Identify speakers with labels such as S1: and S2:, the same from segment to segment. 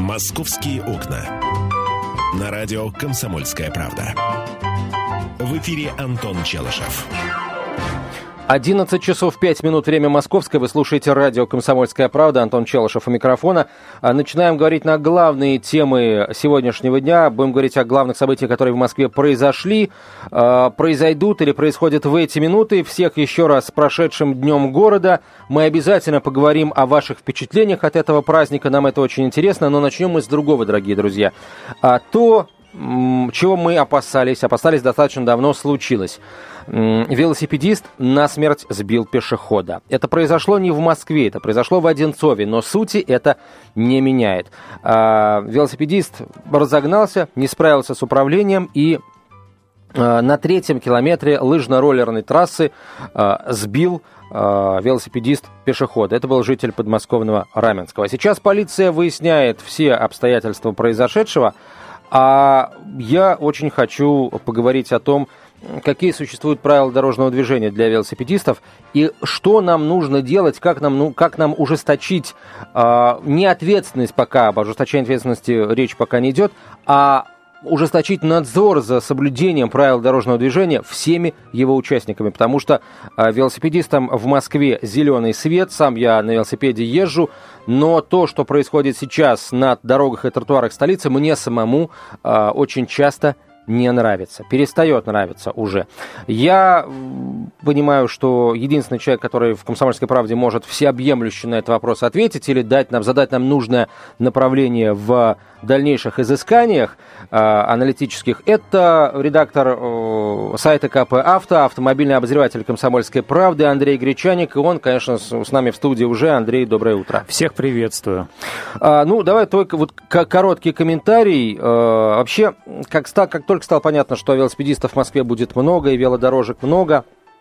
S1: «Московские окна». На радио «Комсомольская правда». В эфире Антон Челышев.
S2: 11 часов 5 минут, время московское. Вы слушаете радио «Комсомольская правда». Антон Челышев у микрофона. Начинаем говорить на главные темы сегодняшнего дня. Будем говорить о главных событиях, которые в Москве произошли, произойдут или происходят в эти минуты. Всех еще раз с прошедшим днем города. Мы обязательно поговорим о ваших впечатлениях от этого праздника. Нам это очень интересно. Но начнем мы с другого, дорогие друзья. То, чего мы опасались достаточно давно, случилось. Велосипедист насмерть сбил пешехода. Это произошло не в Москве, это произошло в Одинцове, но сути это не меняет. Велосипедист разогнался, не справился с управлением и на 3-м километре лыжно-роллерной трассы сбил велосипедист пешехода. Это был житель подмосковного Раменского. Сейчас полиция выясняет все обстоятельства произошедшего, а я очень хочу поговорить о том, какие существуют правила дорожного движения для велосипедистов и что нам нужно делать, как нам ужесточить не ответственность пока, об ужесточении ответственности речь пока не идет, а ужесточить надзор за соблюдением правил дорожного движения всеми его участниками, потому что велосипедистам в Москве зеленый свет, сам я на велосипеде езжу, но то, что происходит сейчас на дорогах и тротуарах столицы, мне самому очень часто не нравится, перестает нравиться уже. Я понимаю, что единственный человек, который в «Комсомольской правде» может всеобъемлюще на этот вопрос ответить или задать нам нужное направление в дальнейших изысканиях аналитических, это редактор сайта КП «Авто», автомобильный обозреватель «Комсомольской правды» Андрей Гречаник. И он, конечно, с нами в студии уже. Андрей, доброе утро.
S3: Всех приветствую.
S2: Давай только вот короткий комментарий. Вообще, как только стало понятно, что велосипедистов в Москве будет много и велодорожек много,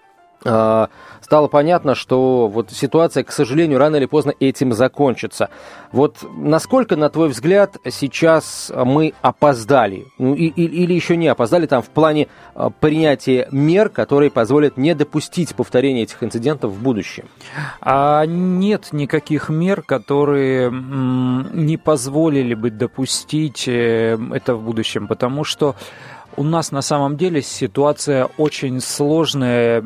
S2: стало понятно, что вот ситуация, к сожалению, рано или поздно этим закончится. Вот насколько, на твой взгляд, сейчас мы опоздали? Или еще не опоздали там в плане принятия мер, которые позволят не допустить повторения этих инцидентов в будущем?
S3: Нет никаких мер, которые не позволили бы допустить это в будущем, потому что у нас на самом деле ситуация очень сложная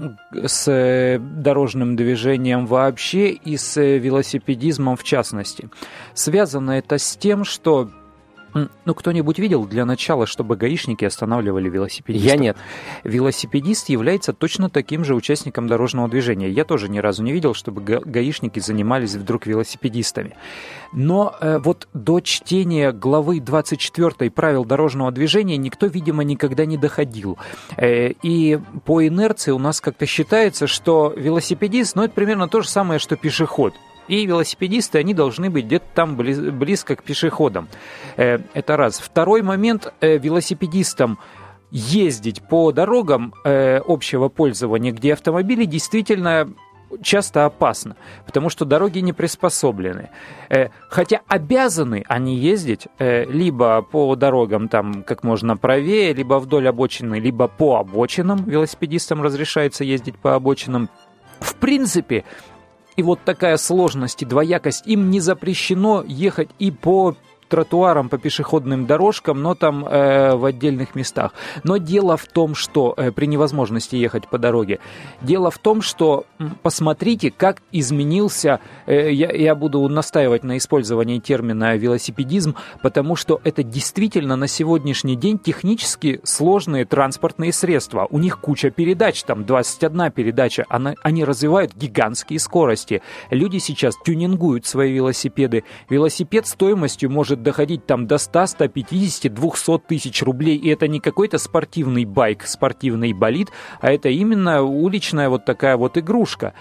S3: с дорожным движением вообще и с велосипедизмом в частности. Связано это с тем, что кто-нибудь видел для начала, чтобы гаишники останавливали велосипедистов?
S2: Я нет.
S3: Велосипедист является точно таким же участником дорожного движения. Я тоже ни разу не видел, чтобы гаишники занимались вдруг велосипедистами. Но вот до чтения главы 24 правил дорожного движения никто, видимо, никогда не доходил. И по инерции у нас как-то считается, что велосипедист, это примерно то же самое, что пешеход. И велосипедисты, они должны быть где-то там близко к пешеходам. Это раз. Второй момент. Велосипедистам ездить по дорогам общего пользования, где автомобили, действительно часто опасно, потому что дороги не приспособлены. Хотя обязаны они ездить либо по дорогам там как можно правее, либо вдоль обочины, либо по обочинам. Велосипедистам разрешается ездить по обочинам. В принципе, и вот такая сложность и двоякость, им не запрещено ехать и по тротуарам, по пешеходным дорожкам, но там в отдельных местах. Но дело в том, что при невозможности ехать по дороге, дело в том, что посмотрите, как изменился, я буду настаивать на использовании термина велосипедизм, потому что это действительно на сегодняшний день технически сложные транспортные средства. У них куча передач, там 21 передача, они развивают гигантские скорости. Люди сейчас тюнингуют свои велосипеды. Велосипед стоимостью может доходить там до 100, 150, 200 тысяч рублей. И это не какой-то спортивный байк, спортивный болид, а это именно уличная вот такая вот игрушка.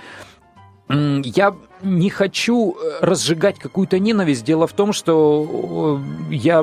S3: Я не хочу разжигать какую-то ненависть. Дело в том, что я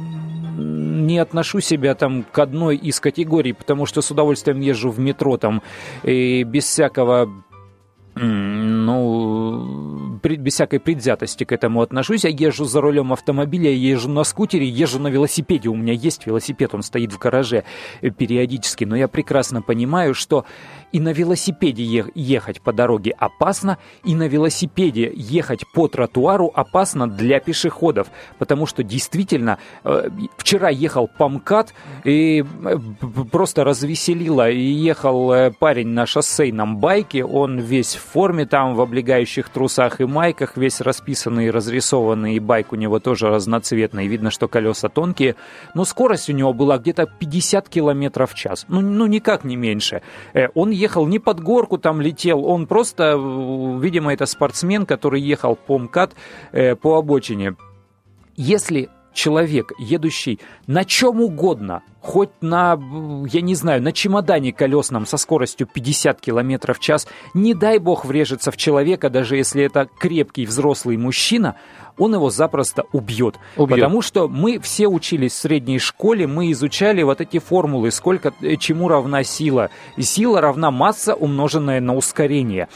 S3: не отношу себя там к одной из категорий, потому что с удовольствием езжу в метро там и без всякого без всякой предвзятости к этому отношусь. Я езжу за рулем автомобиля, я езжу на скутере, езжу на велосипеде. У меня есть велосипед, он стоит в гараже периодически. Но я прекрасно понимаю, что и на велосипеде ехать по дороге опасно, и на велосипеде ехать по тротуару опасно для пешеходов. Потому что действительно, вчера ехал по МКАД и просто развеселило. И ехал парень на шоссейном байке, он весь в форме, там в облегающих трусах и майках, весь расписанный и разрисованный, и байк у него тоже разноцветный. Видно, что колеса тонкие. Но скорость у него была где-то 50 километров в час. Ну никак не меньше. Он ехал не под горку, там летел, он просто, видимо, это спортсмен, который ехал по МКАД по обочине. Если человек, едущий на чем угодно, хоть на, я не знаю, на чемодане колесном со скоростью 50 км в час, не дай бог врежется в человека, даже если это крепкий взрослый мужчина, он его запросто убьет. Потому что мы все учились в средней школе, мы изучали вот эти формулы, сколько чему равна сила. Сила равна масса, умноженная на ускорение.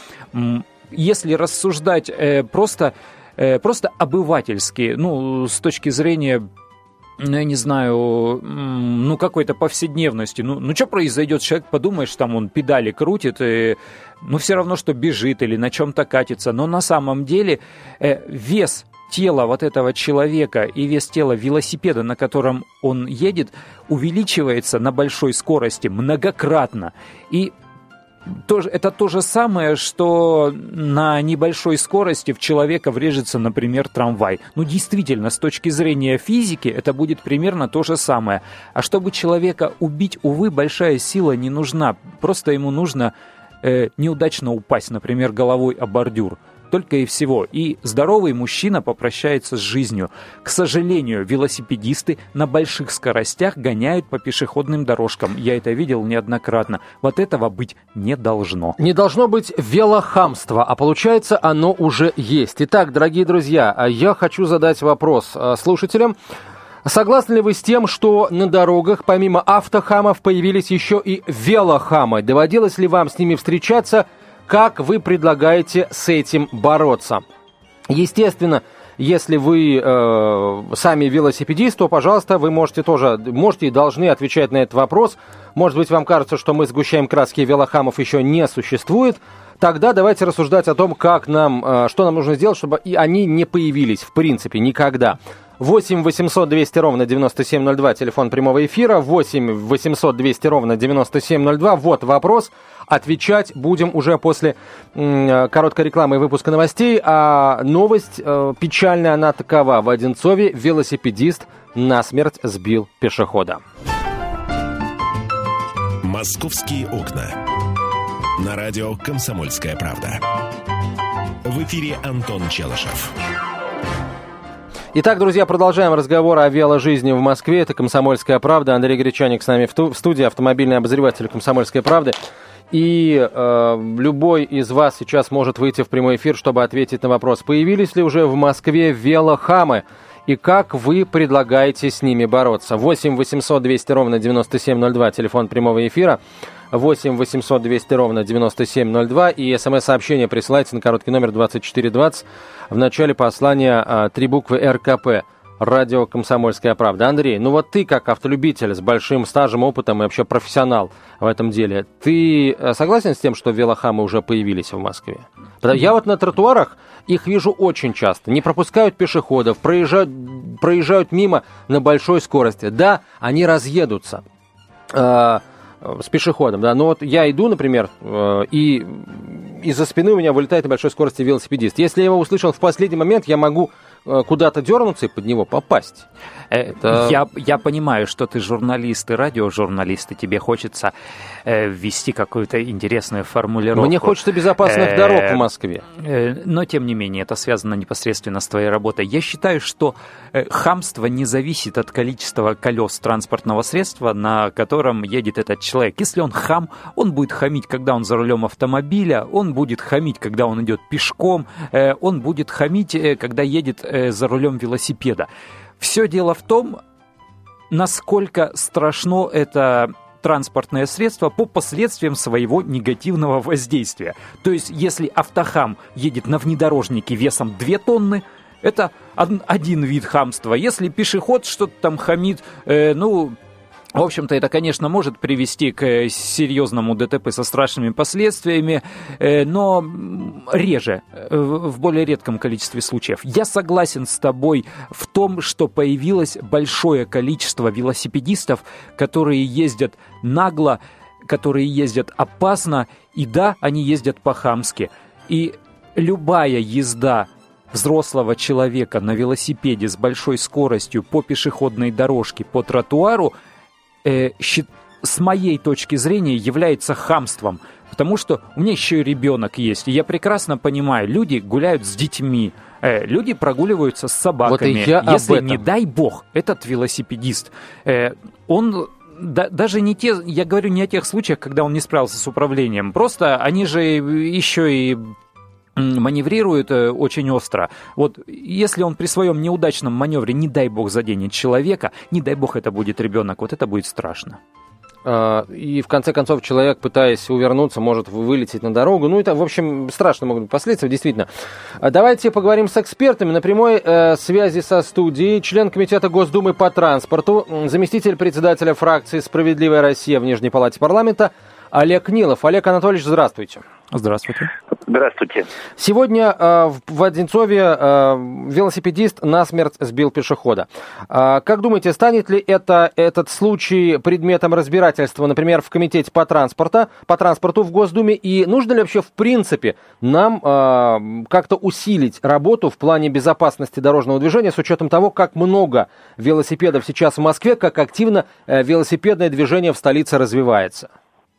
S3: Если рассуждать просто обывательски, с точки зрения, я не знаю, какой-то повседневности. Что произойдет? Человек подумаешь, там он педали крутит, и, все равно, что бежит или на чем-то катится. Но на самом деле вес тела вот этого человека и вес тела велосипеда, на котором он едет, увеличивается на большой скорости многократно. И это то же самое, что на небольшой скорости в человека врежется, например, трамвай. Действительно, с точки зрения физики, это будет примерно то же самое. А чтобы человека убить, увы, большая сила не нужна. Просто ему нужно неудачно упасть, например, головой о бордюр. Только и всего. И здоровый мужчина попрощается с жизнью. К сожалению, велосипедисты на больших скоростях гоняют по пешеходным дорожкам. Я это видел неоднократно. Вот этого быть не должно.
S2: Не должно быть велохамства, а получается оно уже есть. Итак, дорогие друзья, я хочу задать вопрос слушателям. Согласны ли вы с тем, что на дорогах помимо автохамов появились еще и велохамы? Доводилось ли вам с ними встречаться? Как вы предлагаете с этим бороться? Естественно, если вы сами велосипедист, то, пожалуйста, вы можете и должны отвечать на этот вопрос. Может быть, вам кажется, что мы сгущаем краски, велохамов еще не существует. Тогда давайте рассуждать о том, что нам нужно сделать, чтобы и они не появились, в принципе, никогда. 8 800 200 ровно 9702, телефон прямого эфира, 8 800 200 ровно 9702. Вот вопрос. Отвечать будем уже после короткой рекламы и выпуска новостей. А новость печальная, она такова. В Одинцове велосипедист насмерть сбил пешехода.
S1: «Московские окна». На радио «Комсомольская правда». В эфире Антон Челышев.
S2: Итак, друзья, продолжаем разговор о веложизни в Москве. Это «Комсомольская правда». Андрей Гречаник с нами в студии, автомобильный обозреватель «Комсомольской правды». И любой из вас сейчас может выйти в прямой эфир, чтобы ответить на вопрос, появились ли уже в Москве велохамы и как вы предлагаете с ними бороться. 8 800 200 ровно 9702, телефон прямого эфира. 8 800 200 ровно 9702. И смс-сообщение присылайте на короткий номер 2420. В начале послания 3 буквы РКП. Радио «Комсомольская правда». Андрей, вот ты как автолюбитель с большим стажем, опытом и вообще профессионал в этом деле, ты согласен с тем, что велохамы уже появились в Москве? Я на тротуарах их вижу очень часто. Не пропускают пешеходов, проезжают мимо на большой скорости. Да, они разъедутся с пешеходом, да, но я иду, например, и из-за спины у меня вылетает на большой скорости велосипедист. Если я его услышал в последний момент, я могу куда-то дернуться и под него попасть.
S3: Я понимаю, что ты журналист и радиожурналист, и тебе хочется ввести какую-то интересную формулировку.
S2: Мне хочется безопасных дорог в Москве.
S3: Но, тем не менее, это связано непосредственно с твоей работой. Я считаю, что хамство не зависит от количества колес транспортного средства, на котором едет этот человек. Если он хам, он будет хамить, когда он за рулем автомобиля, он будет хамить, когда он идет пешком, он будет хамить, когда едет за рулем велосипеда. Все дело в том, насколько страшно это транспортное средство по последствиям своего негативного воздействия. То есть, если автохам едет на внедорожнике весом 2 тонны, это один вид хамства. Если пешеход что-то там хамит, в общем-то, это, конечно, может привести к серьезному ДТП со страшными последствиями, но реже, в более редком количестве случаев. Я согласен с тобой в том, что появилось большое количество велосипедистов, которые ездят нагло, которые ездят опасно, и да, они ездят по-хамски. И любая езда взрослого человека на велосипеде с большой скоростью по пешеходной дорожке, по тротуару, с моей точки зрения, является хамством. Потому что у меня еще и ребенок есть. И я прекрасно понимаю, люди гуляют с детьми, люди прогуливаются с собаками.
S2: Вот
S3: если, не дай бог, этот велосипедист, он... даже не те, я говорю не о тех случаях, когда он не справился с управлением. Просто они же еще и маневрирует очень остро. Вот если он при своем неудачном маневре, не дай бог, заденет человека, не дай бог, это будет ребенок, вот это будет страшно.
S2: И в конце концов человек, пытаясь увернуться, может вылететь на дорогу. Ну, это, в общем, страшно могут быть последствия, действительно. Давайте поговорим с экспертами. На прямой связи со студией член Комитета Госдумы по транспорту, заместитель председателя фракции «Справедливая Россия» в Нижней Палате парламента Олег Нилов. Олег Анатольевич, здравствуйте.
S3: Здравствуйте.
S4: Здравствуйте.
S2: Сегодня в Одинцове велосипедист насмерть сбил пешехода. Как думаете, станет ли этот случай предметом разбирательства, например, в Комитете по транспорту в Госдуме? И нужно ли вообще в принципе нам как-то усилить работу в плане безопасности дорожного движения с учетом того, как много велосипедов сейчас в Москве, как активно велосипедное движение в столице развивается?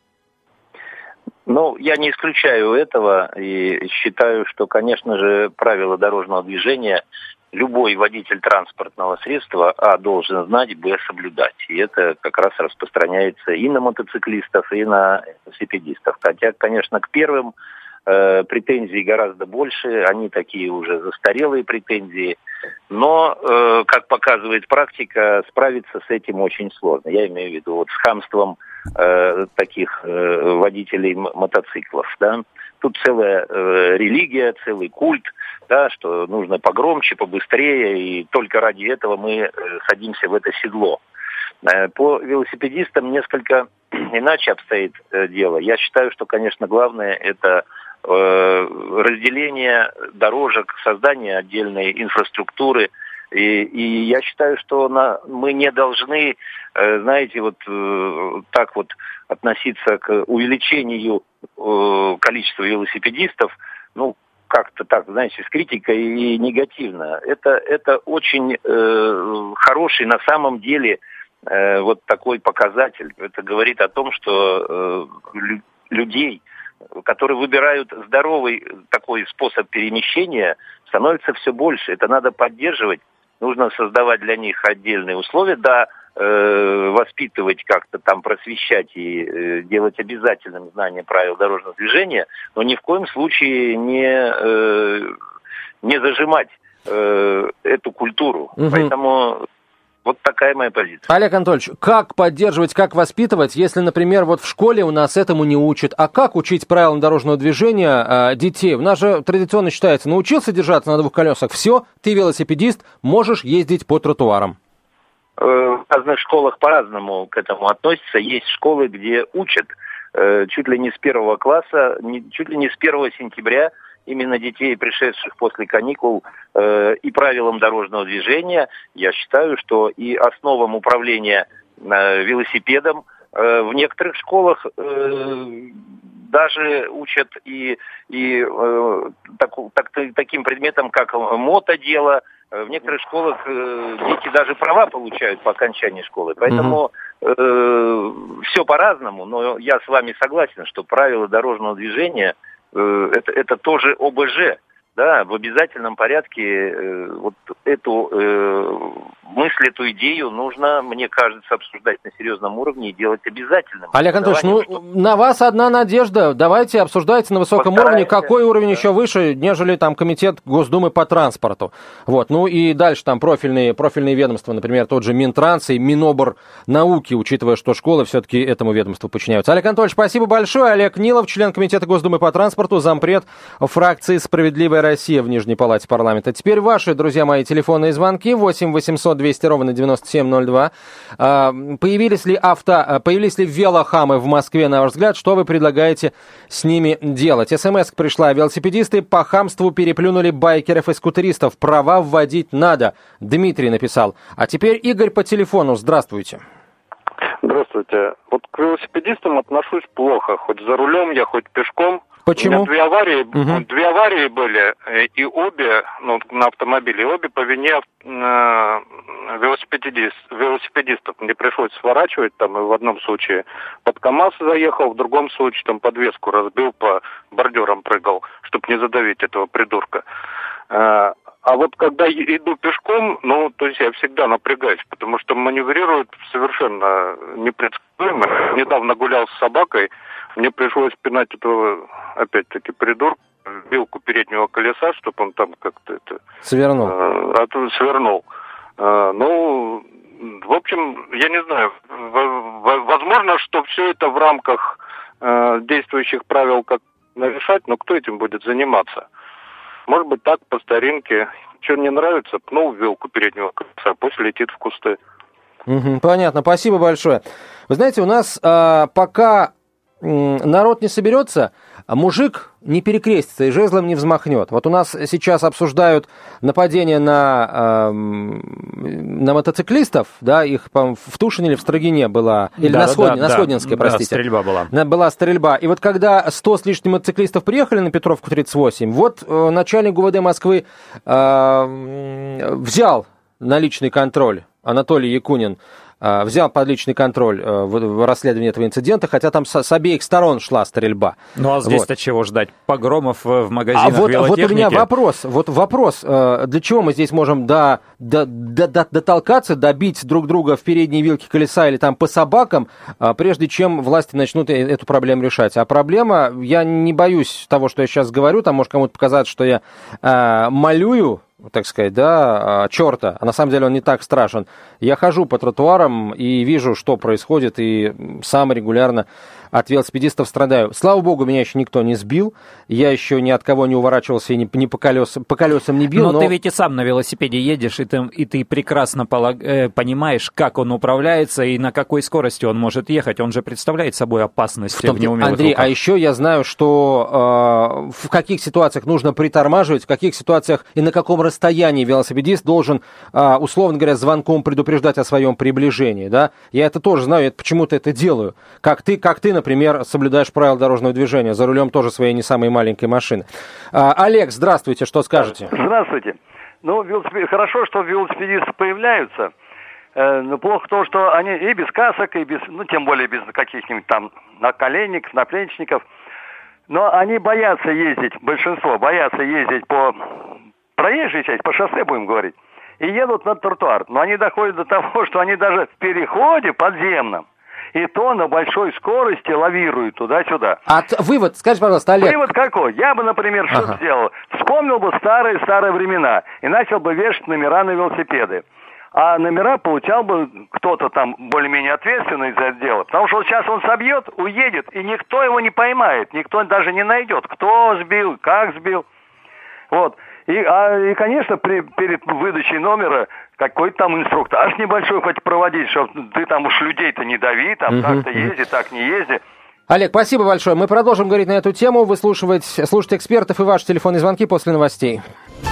S4: Ну, я не исключаю этого и считаю, что, конечно же, правила дорожного движения любой водитель транспортного средства должен знать, соблюдать. И это как раз распространяется и на мотоциклистов, и на велосипедистов. Хотя, конечно, к первым претензий гораздо больше, они такие уже застарелые претензии. Но, как показывает практика, справиться с этим очень сложно. Я имею в виду с хамством таких водителей мотоциклов, да. Тут целая религия, целый культ, да, что нужно погромче, побыстрее, и только ради этого мы садимся в это седло. По велосипедистам несколько иначе обстоит дело. Я считаю, что, конечно, главное это разделение дорожек, создание отдельной инфраструктуры. И я считаю, что мы не должны, знаете, так относиться к увеличению количества велосипедистов, как-то так, знаете, с критикой и негативно. Это очень хороший на самом деле такой показатель. Это говорит о том, что людей, которые выбирают здоровый такой способ перемещения, становится все больше. Это надо поддерживать. Нужно создавать для них отдельные условия, воспитывать как-то там, просвещать и делать обязательным знание правил дорожного движения, но ни в коем случае не зажимать эту культуру. Угу. Поэтому вот такая моя позиция.
S2: Олег Анатольевич, как поддерживать, как воспитывать, если, например, в школе у нас этому не учат? А как учить правилам дорожного движения детей? У нас же традиционно считается, научился держаться на двух колесах, все, ты велосипедист, можешь ездить по тротуарам.
S4: В разных школах по-разному к этому относятся. Есть школы, где учат чуть ли не с 1 класса, чуть ли не с 1 сентября именно детей, пришедших после каникул, и правилам дорожного движения. Я считаю, что и основам управления велосипедом в некоторых школах даже учат и таким предметом, как мотодело. В некоторых школах дети даже права получают по окончании школы. Поэтому все по-разному, но я с вами согласен, что правила дорожного движения это тоже ОБЖ. Да, в обязательном порядке эту мысль, эту идею нужно, мне кажется, обсуждать на серьезном уровне и делать обязательным.
S2: Олег Анатольевич, на вас одна надежда. Давайте обсуждайте на высоком уровне, какой уровень еще выше, нежели там комитет Госдумы по транспорту. Вот. Ну и дальше там профильные ведомства, например, тот же Минтранс и Миноборнауки, учитывая, что школы все-таки этому ведомству подчиняются. Олег Анатольевич, спасибо большое. Олег Нилов, член комитета Госдумы по транспорту, зампред фракции «Справедливая Россия» в Нижней Палате парламента. Теперь ваши, друзья мои, телефонные звонки 8 800 200 ровно 9702. Появились ли велохамы в Москве, на ваш взгляд? Что вы предлагаете с ними делать? СМС пришла. Велосипедисты по хамству переплюнули байкеров и скутеристов. Права вводить надо. Дмитрий написал. А теперь Игорь по телефону. Здравствуйте.
S5: Здравствуйте. Вот к велосипедистам отношусь плохо. Хоть за рулем я, хоть пешком.
S2: Почему?
S5: У меня две аварии были, и обе, на автомобиле, обе по вине велосипедистов. Мне пришлось сворачивать, там, и в одном случае под КамАЗ заехал, в другом случае там подвеску разбил, по бордюрам прыгал, чтобы не задавить этого придурка. А вот когда иду пешком, то есть я всегда напрягаюсь, потому что маневрируют совершенно непредсказуемо. Недавно гулял с собакой, мне пришлось пинать этого, опять-таки, придурка, вилку переднего колеса, чтобы он там как-то
S2: свернул.
S5: Свернул. В общем, я не знаю, возможно, что все это в рамках действующих правил как решать, но кто этим будет заниматься? Может быть, так, по старинке. Что не нравится, пнул вилку переднего колеса, пусть летит в кусты.
S2: Понятно, спасибо большое. Вы знаете, у нас пока народ не соберется, мужик не перекрестится и жезлом не взмахнет. Вот у нас сейчас обсуждают нападение на мотоциклистов, да, их, по-моему, в Тушине или в Строгине была, или на Сходнинской, простите.
S3: Да, стрельба была.
S2: Была стрельба. И вот когда 100 с лишним мотоциклистов приехали на Петровку 38, вот начальник ГУВД Москвы взял на личный контроль, Анатолий Якунин, взял под личный контроль в расследовании этого инцидента, хотя там с обеих сторон шла стрельба.
S3: Ну а здесь-то чего ждать? Погромов в магазинах велотехники?
S2: Вот у меня вопрос. Для чего мы здесь можем дотолкаться, добить друг друга в передние вилки колеса или там по собакам, прежде чем власти начнут эту проблему решать? А проблема, я не боюсь того, что я сейчас говорю, там может кому-то показаться, что я малюю, так сказать, да, черта, а на самом деле он не так страшен. Я хожу по тротуарам и вижу, что происходит, и сам регулярно от велосипедистов страдаю. Слава богу, меня еще никто не сбил, я еще ни от кого не уворачивался и ни по колесам не бил.
S3: Но ты ведь и сам на велосипеде едешь, и ты прекрасно понимаешь, как он управляется и на какой скорости он может ехать. Он же представляет собой опасность в неумелых
S2: Андрей,
S3: руках.
S2: а еще я знаю, что в каких ситуациях нужно притормаживать, в каких ситуациях и на каком расстоянии велосипедист должен, условно говоря, звонком предупреждать о своем приближении. Да? Я это тоже знаю, я почему-то это делаю. Как ты, например, соблюдаешь правила дорожного движения за рулем тоже своей не самой маленькой машины. Олег, здравствуйте, что скажете?
S6: Здравствуйте. Хорошо, что велосипедисты появляются, но плохо то, что они и без касок, и без, тем более без каких-нибудь там наколенников, наплечников, но они боятся ездить, большинство боятся ездить по проезжей части, по шоссе, будем говорить, и едут на тротуар. Но они доходят до того, что они даже в переходе подземном, и то на большой скорости лавируют туда-сюда.
S2: А вывод, скажите, пожалуйста, Олег.
S6: Вывод какой? Я бы, например, что сделал? Вспомнил бы старые времена и начал бы вешать номера на велосипеды. А номера получал бы кто-то там более-менее ответственный за это дело. Потому что вот сейчас он собьет, уедет, и никто его не поймает, никто даже не найдет, кто сбил, как сбил. Вот. И конечно, перед выдачей номера какой-то там инструктаж небольшой хоть проводить, чтобы ты там уж людей-то не дави, там так-то езди, так не езди.
S2: Олег, спасибо большое. Мы продолжим говорить на эту тему. Вы слушаете экспертов и ваши телефонные звонки после новостей.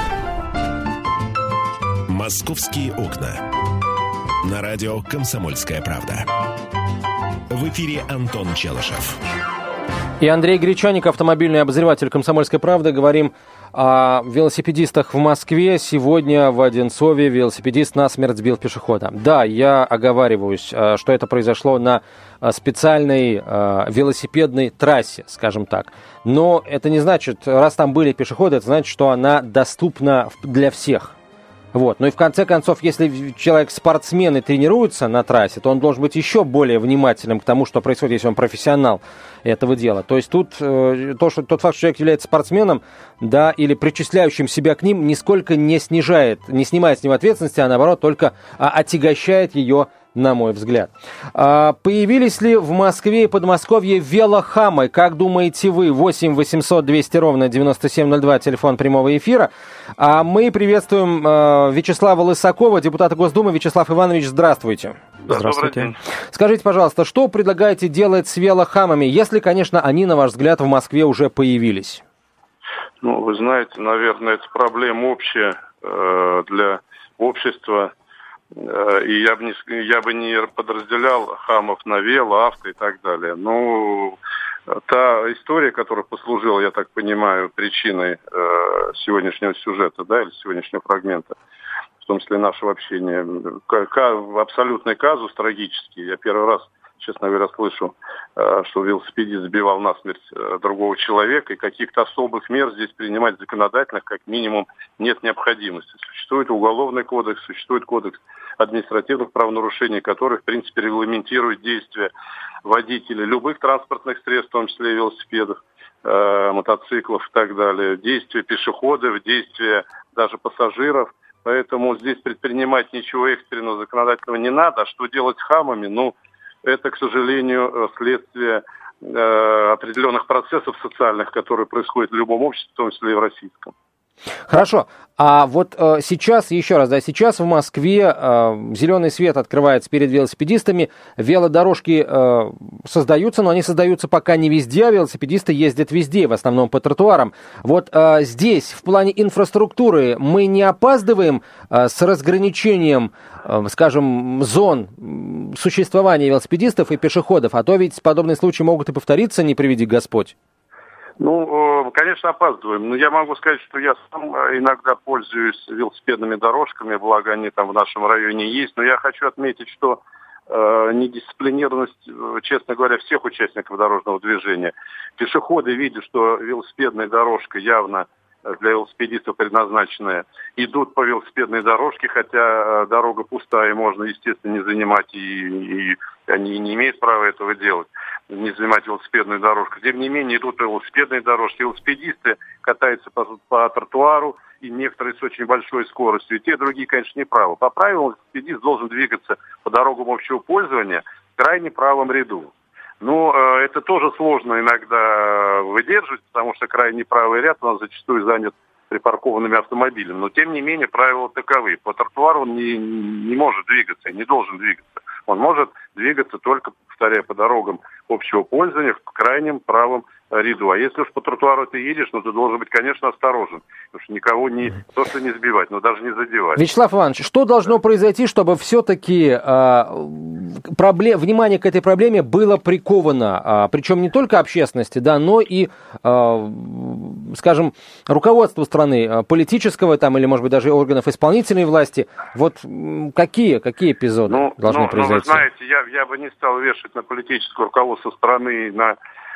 S1: «Московские окна». На радио «Комсомольская правда». В эфире Антон Челышев.
S2: И Андрей Гречаник, автомобильный обозреватель «Комсомольской правды». Говорим о велосипедистах в Москве. Сегодня в Одинцове велосипедист насмерть сбил пешехода. Да, я оговариваюсь, что это произошло на специальной велосипедной трассе, скажем так. Но это не значит, раз там были пешеходы, это значит, что она доступна для всех. Вот. Ну и в конце концов, если человек спортсмен и тренируется на трассе, то он должен быть еще более внимательным к тому, что происходит, если он профессионал этого дела. То есть тут тот факт, что человек является спортсменом, да, или причисляющим себя к ним, нисколько не снимает с него ответственности, а наоборот только отягощает ее, на мой взгляд. Появились ли в Москве и Подмосковье велохамы? Как думаете вы? 8 800 200 ровно 9702, телефон прямого эфира. А мы приветствуем Вячеслава Лысакова, депутата Госдумы. Вячеслав Иванович, здравствуйте.
S3: Здравствуйте.
S2: Скажите, пожалуйста, что предлагаете делать с велохамами, если, конечно, они, на ваш взгляд, в Москве уже появились?
S7: Ну, вы знаете, наверное, это проблема общая для общества. И я бы не подразделял хамов на вело, авто и так далее. Ну, та история, которая послужила, я так понимаю, причиной сегодняшнего сюжета, да, или сегодняшнего фрагмента, в том числе нашего общения, абсолютный казус трагический. Я первый раз, честно говоря, слышу, что велосипедист сбивал насмерть другого человека, и каких-то особых мер здесь принимать законодательных, как минимум, нет необходимости. Существует уголовный кодекс, существует кодекс административных правонарушений, который, в принципе, регламентирует действия водителей любых транспортных средств, в том числе и велосипедов, мотоциклов и так далее, действия пешеходов, действия даже пассажиров. Поэтому здесь предпринимать ничего экстренного законодательного не надо. А что делать с хамами? Ну, это, к сожалению, следствие определенных процессов социальных, которые происходят в любом обществе, в том числе и в российском.
S2: Хорошо. А вот сейчас, еще раз, да, сейчас в Москве зеленый свет открывается перед велосипедистами, велодорожки создаются, но они создаются пока не везде, а велосипедисты ездят везде, в основном по тротуарам. Вот здесь, в плане инфраструктуры, мы не опаздываем с разграничением, скажем, зон существования велосипедистов и пешеходов, а то ведь подобные случаи могут и повториться, не приведи Господь.
S7: Ну, конечно, опаздываем. Но я могу сказать, что я сам иногда пользуюсь велосипедными дорожками, благо они там в нашем районе есть. Но я хочу отметить, что недисциплинированность, честно говоря, всех участников дорожного движения. Пешеходы, видя, что велосипедная дорожка явно для велосипедистов предназначенная, идут по велосипедной дорожке, хотя дорога пустая, можно, естественно, не занимать, и они не имеют права этого делать, не занимать велосипедную дорожку. Тем не менее, идут по велосипедной дорожке. Велосипедисты катаются по тротуару, и некоторые с очень большой скоростью. И те, и другие, конечно, не правы. По правилам, велосипедист должен двигаться по дорогам общего пользования в крайне правом ряду. Ну, это тоже сложно иногда выдерживать, потому что крайний правый ряд у нас зачастую занят припаркованными автомобилями. Но, тем не менее, правила таковы. По тротуару он не может двигаться, не должен двигаться. Он может двигаться только, повторяю, по дорогам общего пользования в крайнем правом ряду. А если уж по тротуару ты едешь, ну, ты должен быть, конечно, осторожен. Потому что никого не то, что не сбивать, но даже не задевать.
S2: Вячеслав Иванович, что должно произойти, чтобы все-таки внимание к этой проблеме было приковано, причем не только общественности, да, но и, скажем, руководству страны, политического там, или, может быть, даже органов исполнительной власти? Вот какие эпизоды должны произойти?
S7: Вы знаете, я бы не стал вешать на политическое руководство страны, на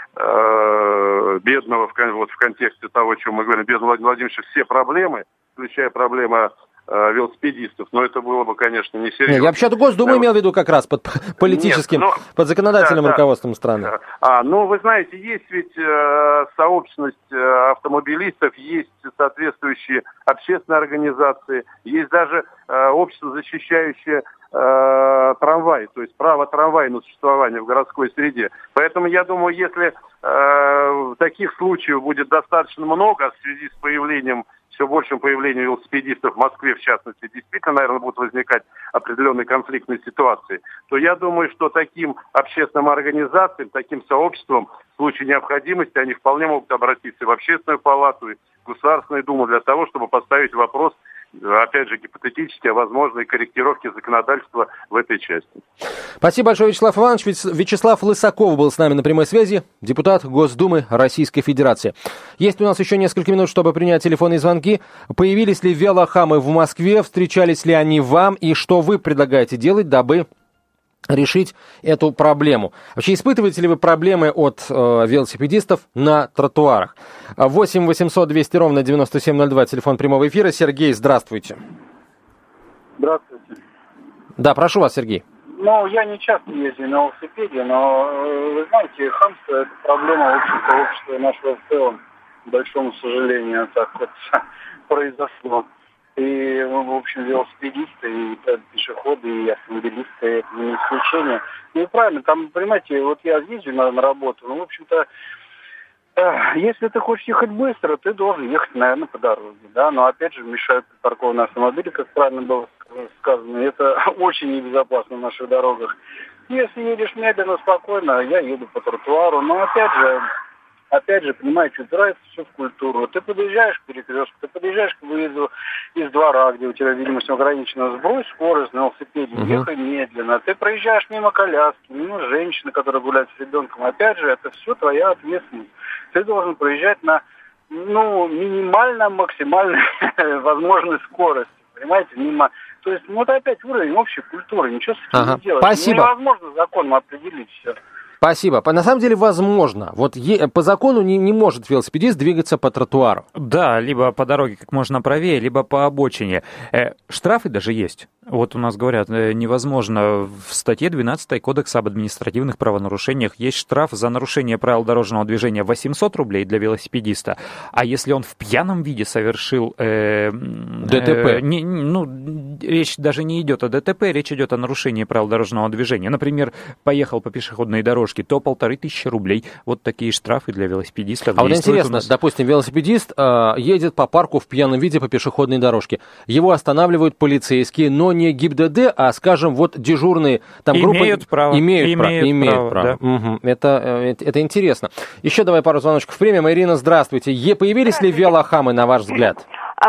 S7: бедного, в контексте того, о чем мы говорим, бедного Владимира Владимировича, все проблемы, включая проблемы велосипедистов, но это было бы, конечно, несерьезно.
S2: Я вообще-то Госдуму имел в виду как раз под политическим, под законодательным руководством страны.
S7: Вы знаете, есть ведь сообщность автомобилистов, есть соответствующие общественные организации, есть даже общество, защищающее трамвай, то есть право трамвая на существование в городской среде. Поэтому я думаю, если таких случаев будет достаточно много в связи с все большим появлением велосипедистов в Москве, в частности, действительно, наверное, будут возникать определенные конфликтные ситуации, то я думаю, что таким общественным организациям, таким сообществам в случае необходимости они вполне могут обратиться в Общественную палату, и в Государственную Думу для того, чтобы поставить вопрос, опять же, гипотетически, о возможной корректировке законодательства в этой части.
S2: Спасибо большое, Вячеслав Иванович. Вячеслав Лысаков был с нами на прямой связи, депутат Госдумы Российской Федерации. Есть у нас еще несколько минут, чтобы принять телефонные звонки. Появились ли велохамы в Москве? Встречались ли они вам? И что вы предлагаете делать, дабы решить эту проблему? Вообще, испытываете ли вы проблемы от велосипедистов на тротуарах? 8 800 200 ровно 9702, телефон прямого эфира. Сергей, здравствуйте.
S8: Здравствуйте.
S2: Да, прошу вас, Сергей.
S8: Ну, я не часто езжу на велосипеде, но, вы знаете, хамство – это проблема, в общем-то, общества нашего в целом. К большому сожалению, так вот произошло. И, в общем, велосипедисты, и пешеходы, и автомобилисты – это не исключение. Ну, и правильно, там, понимаете, вот я езжу на работу, ну, в общем-то, если ты хочешь ехать быстро, ты должен ехать, наверное, по дороге, да, но, опять же, мешают припаркованные автомобили, как правильно было сказано, и это очень небезопасно на наших дорогах. Если едешь медленно, спокойно, я еду по тротуару, но, опять же, понимаете, упирается все в культуру. Ты подъезжаешь к перекрестку, ты подъезжаешь к выезду из двора, где у тебя видимость ограничена, сбрось скорость на велосипеде, ехай медленно. Ты проезжаешь мимо коляски, мимо женщины, которая гуляет с ребенком. Опять же, это все твоя ответственность. Ты должен проезжать на, минимально, максимально возможной скорости. Понимаете, То есть, это опять уровень общей культуры, ничего с этим не делать.
S2: Спасибо.
S8: Невозможно законом определить все.
S2: Спасибо. На самом деле возможно. Вот по закону не может велосипедист двигаться по тротуару.
S3: Да, либо по дороге как можно правее, либо по обочине. Штрафы даже есть. Вот у нас говорят, невозможно. В статье 12 Кодекса об административных правонарушениях есть штраф за нарушение правил дорожного движения 800 рублей для велосипедиста. А если он в пьяном виде совершил...
S2: ДТП.
S3: Речь даже не идет о ДТП, речь идет о нарушении правил дорожного движения. Например, поехал по пешеходной дорожке, то 1500 рублей. Вот такие штрафы для велосипедистов.
S2: А вот интересно, допустим, велосипедист едет по парку в пьяном виде по пешеходной дорожке. Его останавливают полицейские, но не ГИБДД, а, скажем, вот дежурные там группы...
S3: Имеют право.
S2: Да. Угу. Это интересно. Еще давай пару звоночков примем. Ирина, здравствуйте. Появились ли велохамы, на ваш взгляд?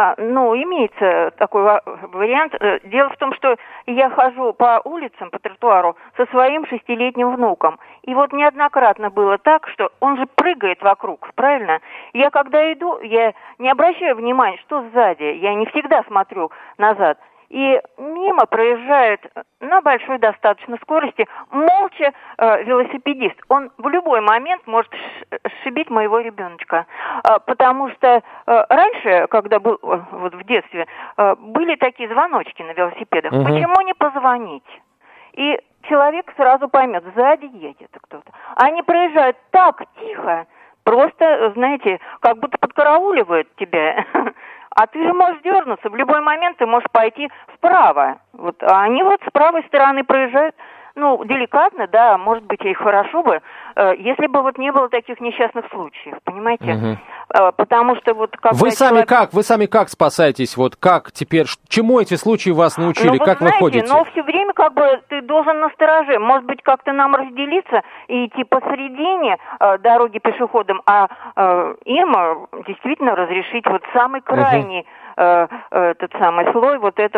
S9: Имеется такой вариант. Дело в том, что я хожу по улицам, по тротуару со своим 6-летним внуком. И вот неоднократно было так, что он же прыгает вокруг, правильно? Я когда иду, я не обращаю внимания, что сзади. Я не всегда смотрю назад. И мимо проезжает на большой достаточно скорости молча велосипедист. Он в любой момент может сшибить моего ребеночка. Потому что раньше, когда был вот в детстве, были такие звоночки на велосипедах. Почему не позвонить? И человек сразу поймет, сзади едет кто-то. Они проезжают так тихо, просто, знаете, как будто подкарауливают тебя. А ты же можешь дернуться, в любой момент ты можешь пойти вправо. А они с правой стороны проезжают, деликатно, да, может быть, и хорошо бы, если бы не было таких несчастных случаев, понимаете? Потому что
S2: Вы сами как спасаетесь? Как теперь, чему эти случаи вас научили? Как вы ходите?
S9: Все время ты должен настороже. Может быть, как-то нам разделиться и идти посередине дороги пешеходам, а им действительно разрешить самый крайний этот самый слой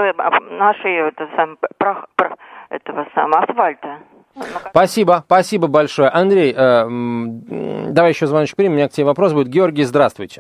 S9: нашей асфальта.
S2: Спасибо большое. Андрей, давай еще звоночек примем, у меня к тебе вопрос будет. Георгий, здравствуйте.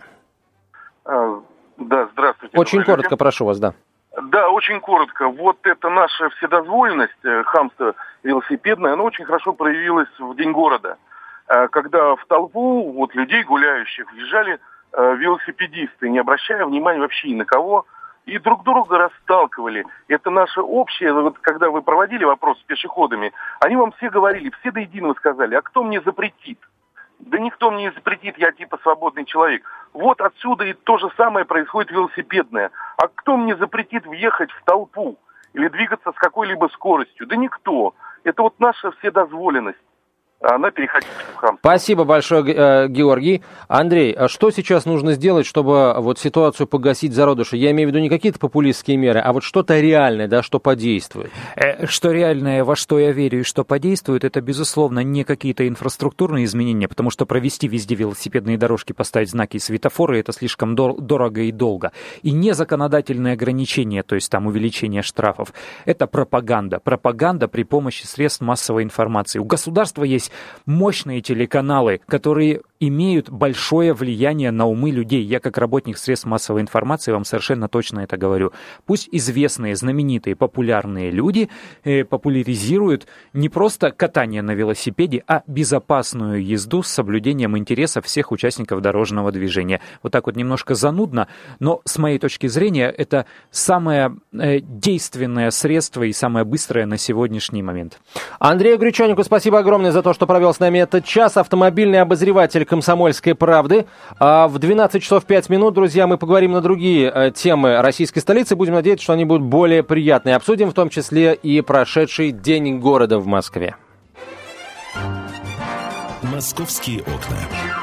S7: Да, здравствуйте.
S2: Очень коротко, прошу вас, да.
S7: Да, очень коротко. Вот эта наша вседозволенность, хамство велосипедное, оно очень хорошо проявилось в День города. Когда в толпу людей гуляющих въезжали велосипедисты, не обращая внимания вообще ни на кого, и друг друга расталкивали. Это наше общее, когда вы проводили вопрос с пешеходами, они вам все говорили, все до единого сказали, а кто мне запретит? Да никто мне не запретит, я свободный человек. Вот отсюда и то же самое происходит велосипедное. А кто мне запретит въехать в толпу или двигаться с какой-либо скоростью? Да никто. Это наша вседозволенность. Она переходит в хамство.
S2: Спасибо большое, Георгий. Андрей, а что сейчас нужно сделать, чтобы ситуацию погасить зародыши? Я имею в виду не какие-то популистские меры, а что-то реальное, да, что подействует.
S3: Что реальное, во что я верю и что подействует, это, безусловно, не какие-то инфраструктурные изменения, потому что провести везде велосипедные дорожки, поставить знаки и светофоры, это слишком дорого и долго. И не законодательные ограничения, то есть увеличение штрафов. Это пропаганда. Пропаганда при помощи средств массовой информации. У государства есть мощные телеканалы, которые имеют большое влияние на умы людей. Я как работник средств массовой информации вам совершенно точно это говорю. Пусть известные, знаменитые, популярные люди популяризируют не просто катание на велосипеде, а безопасную езду с соблюдением интересов всех участников дорожного движения. Вот так вот немножко занудно, но с моей точки зрения это самое действенное средство и самое быстрое на сегодняшний момент.
S2: Андрею Гречанику спасибо огромное за то, что провел с нами этот час. Автомобильный обозреватель «Комсомольской правды». В 12 часов 5 минут, друзья, мы поговорим на другие темы российской столицы. Будем надеяться, что они будут более приятные. Обсудим в том числе и прошедший День города в Москве.
S1: «Московские окна».